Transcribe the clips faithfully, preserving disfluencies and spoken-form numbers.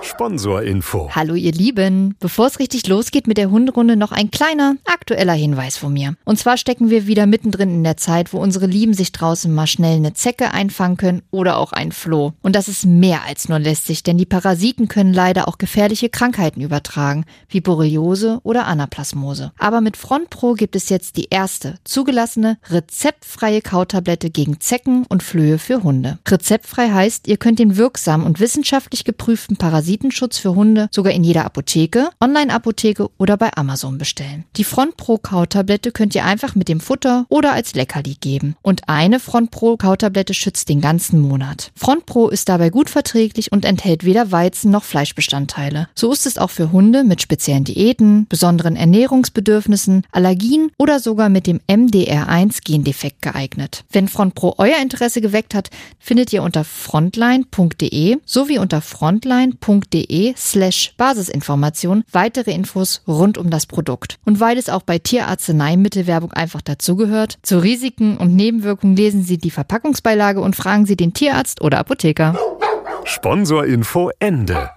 Sponsorinfo. Hallo ihr Lieben, bevor es richtig losgeht mit der Hunderunde, noch ein kleiner, aktueller Hinweis von mir. Und zwar stecken wir wieder mittendrin in der Zeit, wo unsere Lieben sich draußen mal schnell eine Zecke einfangen können oder auch ein Floh. Und das ist mehr als nur lästig, denn die Parasiten können leider auch gefährliche Krankheiten übertragen, wie Borreliose oder Anaplasmose. Aber mit FrontPro gibt es jetzt die erste, zugelassene, rezeptfreie Kautablette gegen Zecken und Flöhe für Hunde. Rezeptfrei heißt, ihr könnt den wirksamen und wissenschaftlich geprüften Parasitenschutz für Hunde sogar in jeder Apotheke, Online-Apotheke oder bei Amazon bestellen. Die FrontPro-Kautablette könnt ihr einfach mit dem Futter oder als Leckerli geben. Und eine FrontPro-Kautablette schützt den ganzen Monat. FrontPro ist dabei gut verträglich und enthält weder Weizen noch Fleischbestandteile. So ist es auch für Hunde mit speziellen Diäten, besonderen Ernährungsbedürfnissen, Allergien oder sogar mit dem M D R eins Gendefekt geeignet. Wenn FrontPro euer Interesse geweckt hat, findet ihr unter frontline punkt de sowie unter frontline punkt de slash Basisinformation weitere Infos rund um das Produkt. Und weil es auch bei Tierarzneimittelwerbung einfach dazugehört, zu Risiken und Nebenwirkungen lesen Sie die Verpackungsbeilage und fragen Sie den Tierarzt oder Apotheker. Sponsorinfo Ende.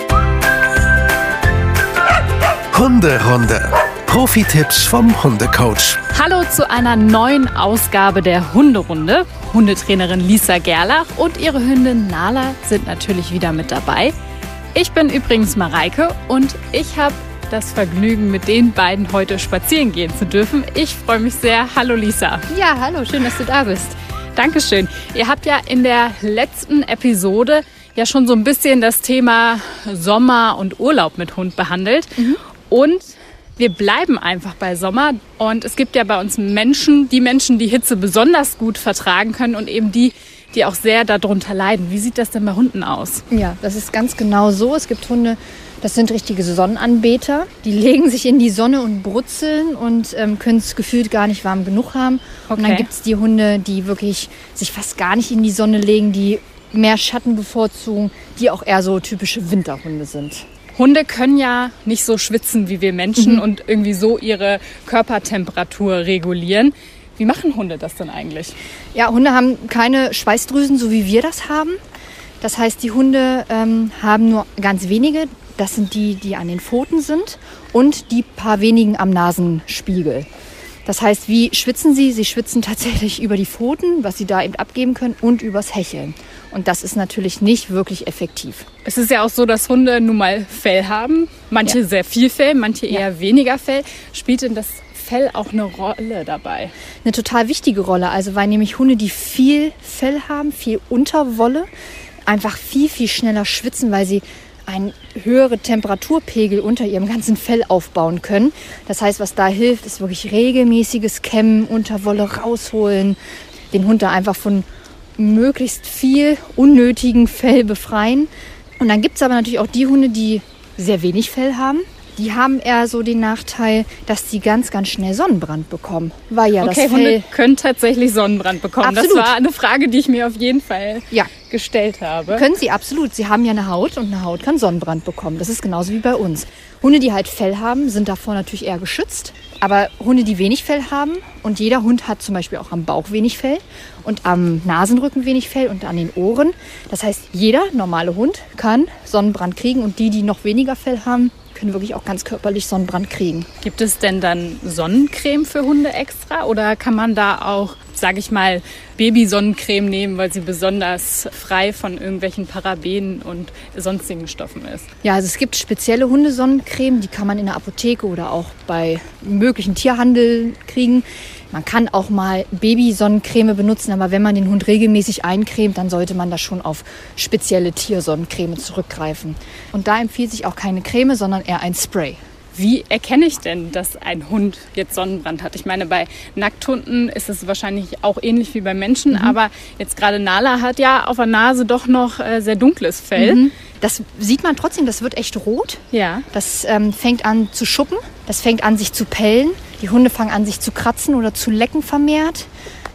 Hunderunde. Profi-Tipps vom Hundecoach. Hallo zu einer neuen Ausgabe der Hunderunde. Hundetrainerin Lisa Gerlach und ihre Hündin Nala sind natürlich wieder mit dabei. Ich bin übrigens Mareike und ich habe das Vergnügen, mit den beiden heute spazieren gehen zu dürfen. Ich freue mich sehr. Hallo Lisa. Ja, hallo, schön, dass du da bist. Dankeschön. Ihr habt ja in der letzten Episode ja schon so ein bisschen das Thema Sommer und Urlaub mit Hund behandelt. Mhm. Und wir bleiben einfach bei Sommer. Und es gibt ja bei uns Menschen, die Menschen, die Hitze besonders gut vertragen können und eben die, die auch sehr darunter leiden. Wie sieht das denn bei Hunden aus? Ja, das ist ganz genau so. Es gibt Hunde, das sind richtige Sonnenanbeter. Die legen sich in die Sonne und brutzeln und ähm, können es gefühlt gar nicht warm genug haben. Okay. Und dann gibt es die Hunde, die wirklich sich fast gar nicht in die Sonne legen, die mehr Schatten bevorzugen, die auch eher so typische Winterhunde sind. Hunde können ja nicht so schwitzen wie wir Menschen mhm. und irgendwie so ihre Körpertemperatur regulieren. Wie machen Hunde das denn eigentlich? Ja, Hunde haben keine Schweißdrüsen, so wie wir das haben. Das heißt, die Hunde ähm, haben nur ganz wenige. Das sind die, die an den Pfoten sind und die paar wenigen am Nasenspiegel. Das heißt, wie schwitzen sie? Sie schwitzen tatsächlich über die Pfoten, was sie da eben abgeben können, und übers Hecheln. Und das ist natürlich nicht wirklich effektiv. Es ist ja auch so, dass Hunde nun mal Fell haben. Manche ja. sehr viel Fell, manche eher ja. weniger Fell. Spielt denn das Fell auch eine Rolle dabei? Eine total wichtige Rolle. Also weil nämlich Hunde, die viel Fell haben, viel Unterwolle, einfach viel, viel schneller schwitzen, weil sie einen höheren Temperaturpegel unter ihrem ganzen Fell aufbauen können. Das heißt, was da hilft, ist wirklich regelmäßiges Kämmen, Unterwolle rausholen, den Hund da einfach von möglichst viel unnötigen Fell befreien. Und dann gibt es aber natürlich auch die Hunde, die sehr wenig Fell haben. Die haben eher so den Nachteil, dass sie ganz, ganz schnell Sonnenbrand bekommen. Weil ja okay, das Fell Hunde können tatsächlich Sonnenbrand bekommen. Absolut. Das war eine Frage, die ich mir auf jeden Fall ja. gestellt habe. Können sie absolut. Sie haben ja eine Haut und eine Haut kann Sonnenbrand bekommen. Das ist genauso wie bei uns. Hunde, die halt Fell haben, sind davor natürlich eher geschützt. Aber Hunde, die wenig Fell haben, und jeder Hund hat zum Beispiel auch am Bauch wenig Fell und am Nasenrücken wenig Fell und an den Ohren. Das heißt, jeder normale Hund kann Sonnenbrand kriegen und die, die noch weniger Fell haben, können wirklich auch ganz körperlich Sonnenbrand kriegen. Gibt es denn dann Sonnencreme für Hunde extra oder kann man da auch, sage ich mal, Babysonnencreme nehmen, weil sie besonders frei von irgendwelchen Parabenen und sonstigen Stoffen ist? Ja, also es gibt spezielle Hundesonnencreme, die kann man in der Apotheke oder auch bei möglichen Tierhandel kriegen. Man kann auch mal Babysonnencreme benutzen, aber wenn man den Hund regelmäßig eincremt, dann sollte man da schon auf spezielle Tiersonnencreme zurückgreifen. Und da empfiehlt sich auch keine Creme, sondern eher ein Spray. Wie erkenne ich denn, dass ein Hund jetzt Sonnenbrand hat? Ich meine, bei Nackthunden ist es wahrscheinlich auch ähnlich wie bei Menschen, mhm. aber jetzt gerade Nala hat ja auf der Nase doch noch äh, sehr dunkles Fell. Mhm. Das sieht man trotzdem, das wird echt rot. Ja. Das ähm, fängt an zu schuppen, das fängt an sich zu pellen. Die Hunde fangen an sich zu kratzen oder zu lecken vermehrt.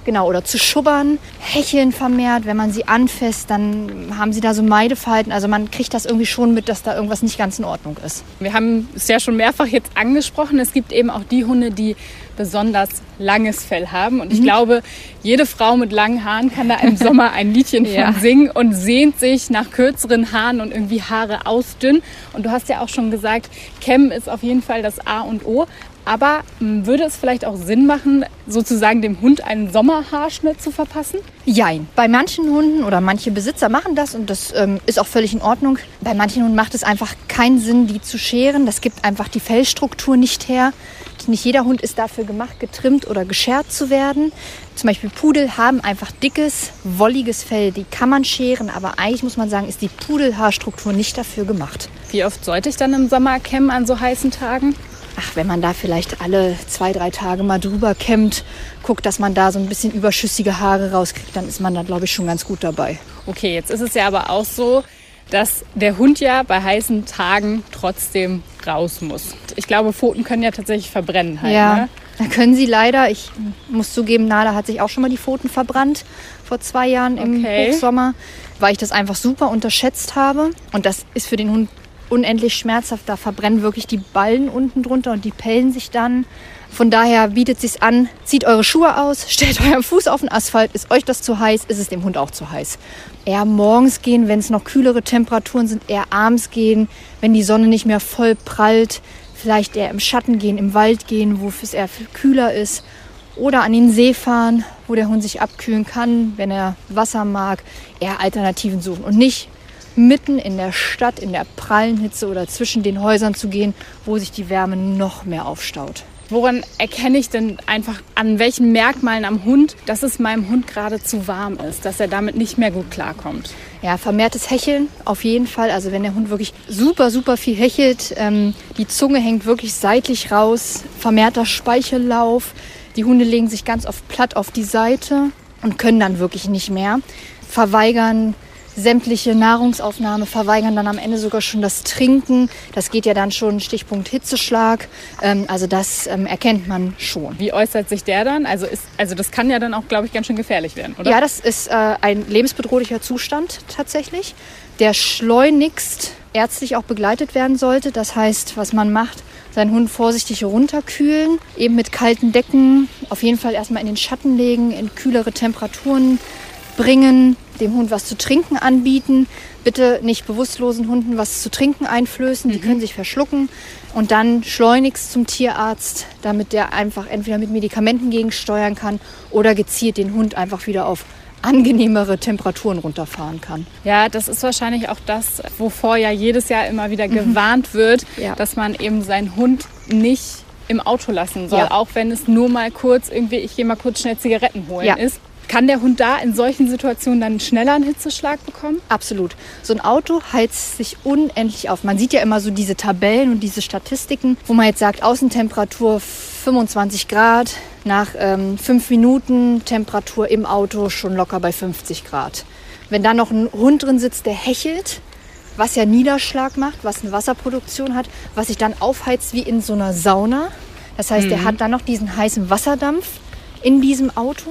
Genau, oder zu schubbern, hecheln vermehrt. Wenn man sie anfasst, dann haben sie da so Meideverhalten. Also man kriegt das irgendwie schon mit, dass da irgendwas nicht ganz in Ordnung ist. Wir haben es ja schon mehrfach jetzt angesprochen. Es gibt eben auch die Hunde, die besonders langes Fell haben. Und ich mhm. glaube, jede Frau mit langen Haaren kann da im Sommer ein Liedchen von ja. singen und sehnt sich nach kürzeren Haaren und irgendwie Haare ausdünnen. Und du hast ja auch schon gesagt, Kämmen ist auf jeden Fall das A und O. Aber mh, würde es vielleicht auch Sinn machen, sozusagen dem Hund einen Sommerhaarschnitt zu verpassen? Jein. Bei manchen Hunden oder manche Besitzer machen das und das ähm, ist auch völlig in Ordnung. Bei manchen Hunden macht es einfach keinen Sinn, die zu scheren. Das gibt einfach die Fellstruktur nicht her. Nicht jeder Hund ist dafür gemacht, getrimmt oder geschert zu werden. Zum Beispiel Pudel haben einfach dickes, wolliges Fell. Die kann man scheren, aber eigentlich muss man sagen, ist die Pudelhaarstruktur nicht dafür gemacht. Wie oft sollte ich dann im Sommer kämmen an so heißen Tagen? Ach, wenn man da vielleicht alle zwei, drei Tage mal drüber kämmt, guckt, dass man da so ein bisschen überschüssige Haare rauskriegt, dann ist man da, glaube ich, schon ganz gut dabei. Okay, jetzt ist es ja aber auch so, dass der Hund ja bei heißen Tagen trotzdem raus muss. Ich glaube, Pfoten können ja tatsächlich verbrennen halt. Ja, ne? Da können sie leider. Ich muss zugeben, Nala hat sich auch schon mal die Pfoten verbrannt vor zwei Jahren im okay. Hochsommer, weil ich das einfach super unterschätzt habe. Und das ist für den Hund unendlich schmerzhaft. Da verbrennen wirklich die Ballen unten drunter und die pellen sich dann. Von daher bietet es sich an, zieht eure Schuhe aus, stellt euren Fuß auf den Asphalt. Ist euch das zu heiß, ist es dem Hund auch zu heiß. Eher morgens gehen, wenn es noch kühlere Temperaturen sind, eher abends gehen, wenn die Sonne nicht mehr voll prallt. Vielleicht eher im Schatten gehen, im Wald gehen, wo es eher viel kühler ist. Oder an den See fahren, wo der Hund sich abkühlen kann, wenn er Wasser mag. Eher Alternativen suchen und nicht mitten in der Stadt, in der prallen Hitze oder zwischen den Häusern zu gehen, wo sich die Wärme noch mehr aufstaut. Woran erkenne ich denn einfach, an welchen Merkmalen am Hund, dass es meinem Hund gerade zu warm ist, dass er damit nicht mehr gut klarkommt? Ja, vermehrtes Hecheln auf jeden Fall. Also wenn der Hund wirklich super, super viel hechelt, ähm, die Zunge hängt wirklich seitlich raus, vermehrter Speichellauf. Die Hunde legen sich ganz oft platt auf die Seite und können dann wirklich nicht mehr. Verweigern sämtliche Nahrungsaufnahme, verweigern dann am Ende sogar schon das Trinken. Das geht ja dann schon Stichpunkt Hitzeschlag. Ähm, also das ähm, erkennt man schon. Wie äußert sich der dann? Also, ist, also das kann ja dann auch, glaube ich, ganz schön gefährlich werden, oder? Ja, das ist äh, ein lebensbedrohlicher Zustand tatsächlich, der schleunigst ärztlich auch begleitet werden sollte. Das heißt, was man macht, seinen Hund vorsichtig runterkühlen, eben mit kalten Decken, auf jeden Fall erstmal in den Schatten legen, in kühlere Temperaturen bringen, dem Hund was zu trinken anbieten. Bitte nicht bewusstlosen Hunden was zu trinken einflößen, die mhm. können sich verschlucken. Und dann schleunigst zum Tierarzt, damit der einfach entweder mit Medikamenten gegensteuern kann oder gezielt den Hund einfach wieder auf angenehmere Temperaturen runterfahren kann. Ja, das ist wahrscheinlich auch das, wovor ja jedes Jahr immer wieder mhm. gewarnt wird, ja. dass man eben seinen Hund nicht im Auto lassen soll, ja. auch wenn es nur mal kurz irgendwie, ich gehe mal kurz schnell Zigaretten holen ja. ist. Kann der Hund da in solchen Situationen dann schneller einen Hitzeschlag bekommen? Absolut. So ein Auto heizt sich unendlich auf. Man sieht ja immer so diese Tabellen und diese Statistiken, wo man jetzt sagt, Außentemperatur fünfundzwanzig Grad, nach ähm, fünf Minuten Temperatur im Auto schon locker bei fünfzig Grad. Wenn da noch ein Hund drin sitzt, der hechelt, was ja Niederschlag macht, was eine Wasserproduktion hat, was sich dann aufheizt wie in so einer Sauna. Das heißt, mhm. der hat dann noch diesen heißen Wasserdampf in diesem Auto.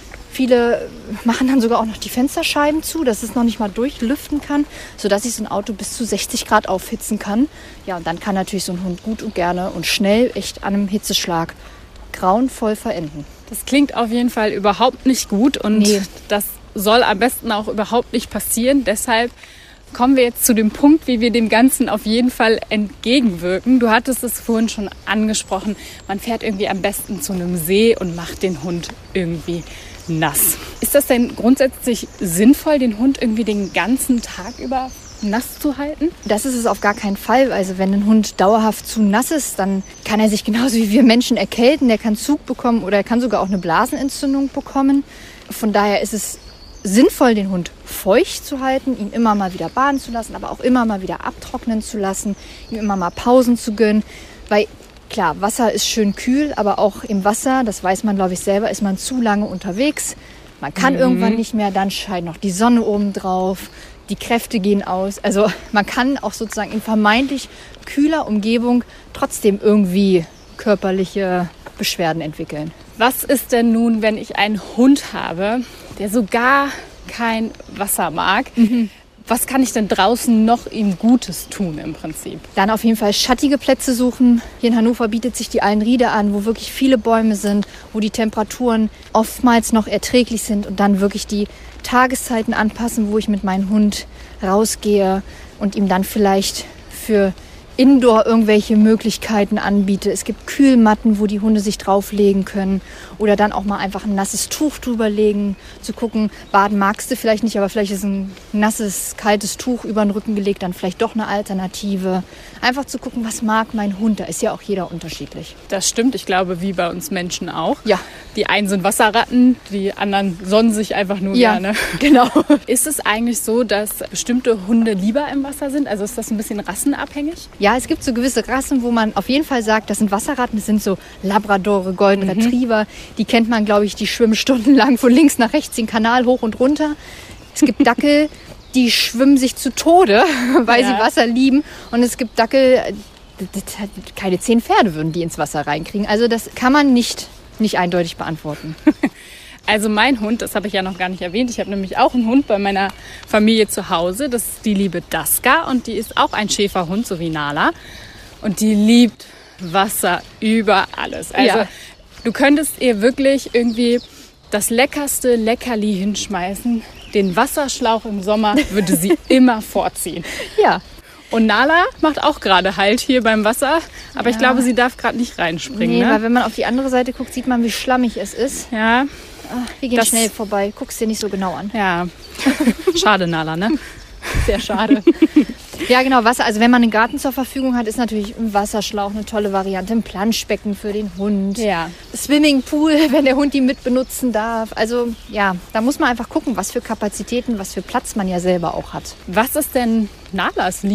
Viele machen dann sogar auch noch die Fensterscheiben zu, dass es noch nicht mal durchlüften kann, sodass sich so ein Auto bis zu sechzig Grad aufhitzen kann. Ja, und dann kann natürlich so ein Hund gut und gerne und schnell echt an einem Hitzeschlag grauenvoll verenden. Das klingt auf jeden Fall überhaupt nicht gut und nee. das soll am besten auch überhaupt nicht passieren. Deshalb kommen wir jetzt zu dem Punkt, wie wir dem Ganzen auf jeden Fall entgegenwirken. Du hattest es vorhin schon angesprochen, man fährt irgendwie am besten zu einem See und macht den Hund irgendwie nass. Ist das denn grundsätzlich sinnvoll, den Hund irgendwie den ganzen Tag über nass zu halten? Das ist es auf gar keinen Fall. Also wenn ein Hund dauerhaft zu nass ist, dann kann er sich genauso wie wir Menschen erkälten. Der kann Zug bekommen oder er kann sogar auch eine Blasenentzündung bekommen. Von daher ist es sinnvoll, den Hund feucht zu halten, ihn immer mal wieder baden zu lassen, aber auch immer mal wieder abtrocknen zu lassen, ihm immer mal Pausen zu gönnen, weil klar, Wasser ist schön kühl, aber auch im Wasser, das weiß man, glaube ich, selber, ist man zu lange unterwegs. Man kann mhm. irgendwann nicht mehr, dann scheint noch die Sonne oben drauf, die Kräfte gehen aus. Also man kann auch sozusagen in vermeintlich kühler Umgebung trotzdem irgendwie körperliche Beschwerden entwickeln. Was ist denn nun, wenn ich einen Hund habe, der so gar kein Wasser mag? Mhm. Was kann ich denn draußen noch ihm Gutes tun im Prinzip? Dann auf jeden Fall schattige Plätze suchen. Hier in Hannover bietet sich die Allenriede an, wo wirklich viele Bäume sind, wo die Temperaturen oftmals noch erträglich sind und dann wirklich die Tageszeiten anpassen, wo ich mit meinem Hund rausgehe und ihm dann vielleicht für Indoor irgendwelche Möglichkeiten anbiete. Es gibt Kühlmatten, wo die Hunde sich drauflegen können oder dann auch mal einfach ein nasses Tuch drüber legen, zu gucken, baden magst du vielleicht nicht, aber vielleicht ist ein nasses, kaltes Tuch über den Rücken gelegt, dann vielleicht doch eine Alternative. Einfach zu gucken, was mag mein Hund, da ist ja auch jeder unterschiedlich. Das stimmt, ich glaube, wie bei uns Menschen auch. Ja. Die einen sind Wasserratten, die anderen sonnen sich einfach nur ja, gerne. Genau. Ist es eigentlich so, dass bestimmte Hunde lieber im Wasser sind? Also ist das ein bisschen rassenabhängig? Ja, es gibt so gewisse Rassen, wo man auf jeden Fall sagt, das sind Wasserratten, das sind so Labradore, Golden mhm. Retriever. Die kennt man, glaube ich, die schwimmen stundenlang von links nach rechts den Kanal hoch und runter. Es gibt Dackel, die schwimmen sich zu Tode, weil ja. sie Wasser lieben. Und es gibt Dackel, keine zehn Pferde würden die ins Wasser reinkriegen. Also das kann man nicht, nicht eindeutig beantworten. Also mein Hund, das habe ich ja noch gar nicht erwähnt. Ich habe nämlich auch einen Hund bei meiner Familie zu Hause. Das ist die liebe Daska und die ist auch ein Schäferhund, so wie Nala. Und die liebt Wasser über alles. Also ja. du könntest ihr wirklich irgendwie das leckerste Leckerli hinschmeißen. Den Wasserschlauch im Sommer würde sie immer vorziehen. Ja. Und Nala macht auch gerade Halt hier beim Wasser. Aber ja. ich glaube, sie darf gerade nicht reinspringen. Nee, ne? weil wenn man auf die andere Seite guckt, sieht man, wie schlammig es ist. Ja. Ach, wir gehen das schnell vorbei. Guck's dir nicht so genau an. Ja. Schade, Nala, ne? Sehr schade. Ja, genau, Wasser. Also wenn man einen Garten zur Verfügung hat, ist natürlich ein Wasserschlauch eine tolle Variante. Ein Planschbecken für den Hund. Ja. Swimmingpool, wenn der Hund die mit benutzen darf. Also ja, da muss man einfach gucken, was für Kapazitäten, was für Platz man ja selber auch hat. Was ist denn Nalas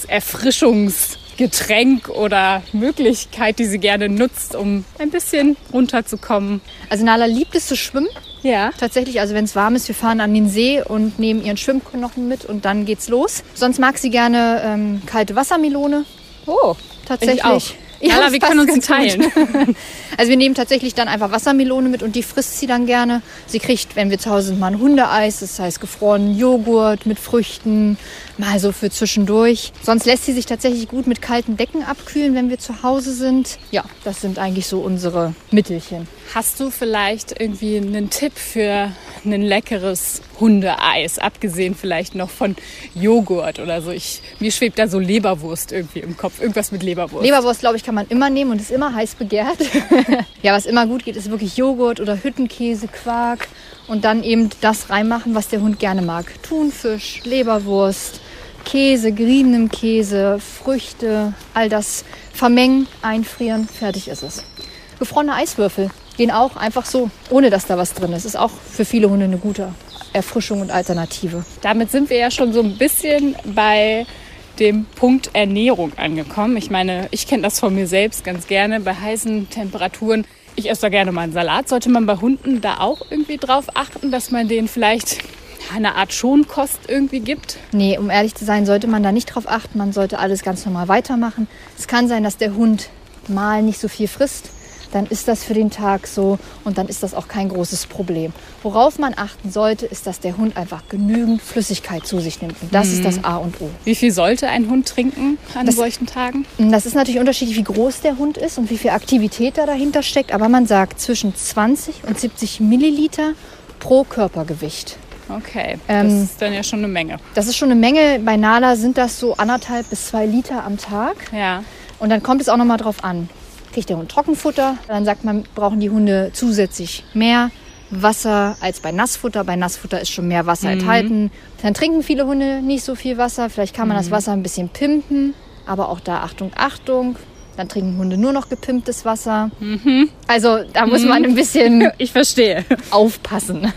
Lieblingserfrischungsgetränk oder Möglichkeit, die sie gerne nutzt, um ein bisschen runterzukommen? Also Nala liebt es zu schwimmen. Ja. Tatsächlich, also wenn es warm ist, wir fahren an den See und nehmen ihren Schwimmknochen mit und dann geht's los. Sonst mag sie gerne ähm, kalte Wassermelone. Oh, tatsächlich. Ich auch. Ja, Nala, wir können uns die teilen. Also wir nehmen tatsächlich dann einfach Wassermelone mit und die frisst sie dann gerne. Sie kriegt, wenn wir zu Hause sind, mal ein Hundeeis, das heißt gefrorenen Joghurt mit Früchten, mal so für zwischendurch. Sonst lässt sie sich tatsächlich gut mit kalten Decken abkühlen, wenn wir zu Hause sind. Ja, das sind eigentlich so unsere Mittelchen. Hast du vielleicht irgendwie einen Tipp für ein leckeres Hundeeis, abgesehen vielleicht noch von Joghurt oder so? Ich, mir schwebt da so Leberwurst irgendwie im Kopf, irgendwas mit Leberwurst. Leberwurst, glaube ich, kann man immer nehmen und ist immer heiß begehrt. Ja, was immer gut geht, ist wirklich Joghurt oder Hüttenkäse, Quark und dann eben das reinmachen, was der Hund gerne mag. Thunfisch, Leberwurst, Käse, geriebenem Käse, Früchte, all das vermengen, einfrieren, fertig ist es. Gefrorene Eiswürfel gehen auch einfach so, ohne dass da was drin ist. Ist auch für viele Hunde eine gute Erfrischung und Alternative. Damit sind wir ja schon so ein bisschen bei dem Punkt Ernährung angekommen. Ich meine, ich kenne das von mir selbst ganz gerne bei heißen Temperaturen. Ich esse da gerne mal einen Salat. Sollte man bei Hunden da auch irgendwie drauf achten, dass man denen vielleicht eine Art Schonkost irgendwie gibt? Nee, um ehrlich zu sein, sollte man da nicht drauf achten. Man sollte alles ganz normal weitermachen. Es kann sein, dass der Hund mal nicht so viel frisst. Dann ist das für den Tag so und dann ist das auch kein großes Problem. Worauf man achten sollte, ist, dass der Hund einfach genügend Flüssigkeit zu sich nimmt. Und das mhm. ist das A und O. Wie viel sollte ein Hund trinken an das, solchen Tagen? Das ist natürlich unterschiedlich, wie groß der Hund ist und wie viel Aktivität da dahinter steckt. Aber man sagt zwischen zwanzig und siebzig Milliliter pro Körpergewicht. Okay, das ähm, ist dann ja schon eine Menge. Das ist schon eine Menge. Bei Nala sind das so anderthalb bis zwei Liter am Tag. Ja. Und dann kommt es auch noch mal drauf an. Kriegt der Hund Trockenfutter, dann sagt man, brauchen die Hunde zusätzlich mehr Wasser als bei Nassfutter. Bei Nassfutter ist schon mehr Wasser mhm. enthalten. Dann trinken viele Hunde nicht so viel Wasser. Vielleicht kann man mhm. das Wasser ein bisschen pimpen. Aber auch da Achtung, Achtung. Dann trinken Hunde nur noch gepimptes Wasser. Mhm. Also da muss man ein bisschen ich verstehe. aufpassen.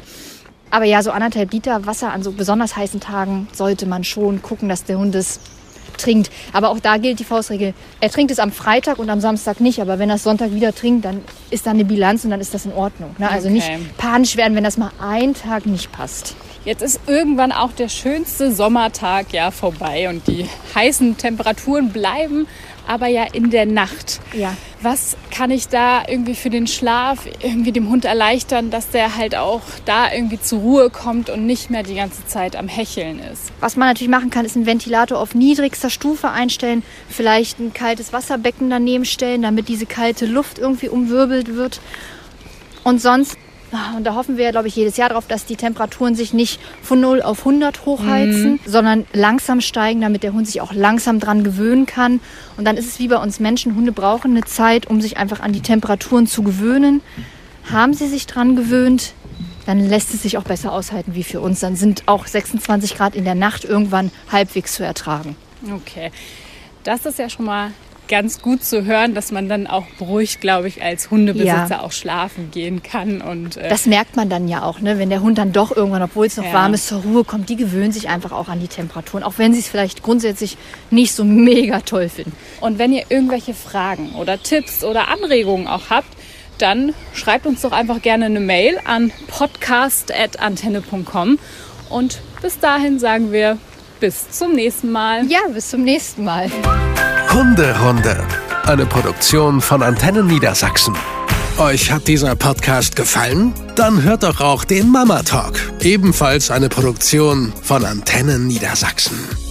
Aber ja, so anderthalb Liter Wasser an so besonders heißen Tagen sollte man schon gucken, dass der Hund es trinkt. Aber auch da gilt die Faustregel. Er trinkt es am Freitag und am Samstag nicht. Aber wenn er es Sonntag wieder trinkt, dann ist da eine Bilanz und dann ist das in Ordnung. Ne? Also okay. nicht panisch werden, wenn das mal einen Tag nicht passt. Jetzt ist irgendwann auch der schönste Sommertag ja vorbei und die heißen Temperaturen bleiben aber ja in der Nacht. Ja. was kann ich da irgendwie für den Schlaf irgendwie dem Hund erleichtern, dass der halt auch da irgendwie zur Ruhe kommt und nicht mehr die ganze Zeit am Hecheln ist. Was man natürlich machen kann, ist einen Ventilator auf niedrigster Stufe einstellen, vielleicht ein kaltes Wasserbecken daneben stellen, damit diese kalte Luft irgendwie umwirbelt wird. Und sonst, und da hoffen wir, glaube ich, jedes Jahr drauf, dass die Temperaturen sich nicht von null auf hundert hochheizen, mhm. sondern langsam steigen, damit der Hund sich auch langsam dran gewöhnen kann. Und dann ist es wie bei uns Menschen. Hunde brauchen eine Zeit, um sich einfach an die Temperaturen zu gewöhnen. Haben sie sich dran gewöhnt, dann lässt es sich auch besser aushalten wie für uns. Dann sind auch sechsundzwanzig Grad in der Nacht irgendwann halbwegs zu ertragen. Okay, das ist ja schon mal ganz gut zu hören, dass man dann auch beruhigt, glaube ich, als Hundebesitzer ja. auch schlafen gehen kann. Und, äh, das merkt man dann ja auch, ne? Wenn der Hund dann doch irgendwann, obwohl es noch ja. warm ist, zur Ruhe kommt. Die gewöhnen sich einfach auch an die Temperaturen, auch wenn sie es vielleicht grundsätzlich nicht so mega toll finden. Und wenn ihr irgendwelche Fragen oder Tipps oder Anregungen auch habt, dann schreibt uns doch einfach gerne eine Mail an podcast at antenne punkt com. Und bis dahin sagen wir bis zum nächsten Mal. Ja, bis zum nächsten Mal. Hunderunde, eine Produktion von Antennen Niedersachsen. Euch hat dieser Podcast gefallen? Dann hört doch auch den Mama Talk, ebenfalls eine Produktion von Antennen Niedersachsen.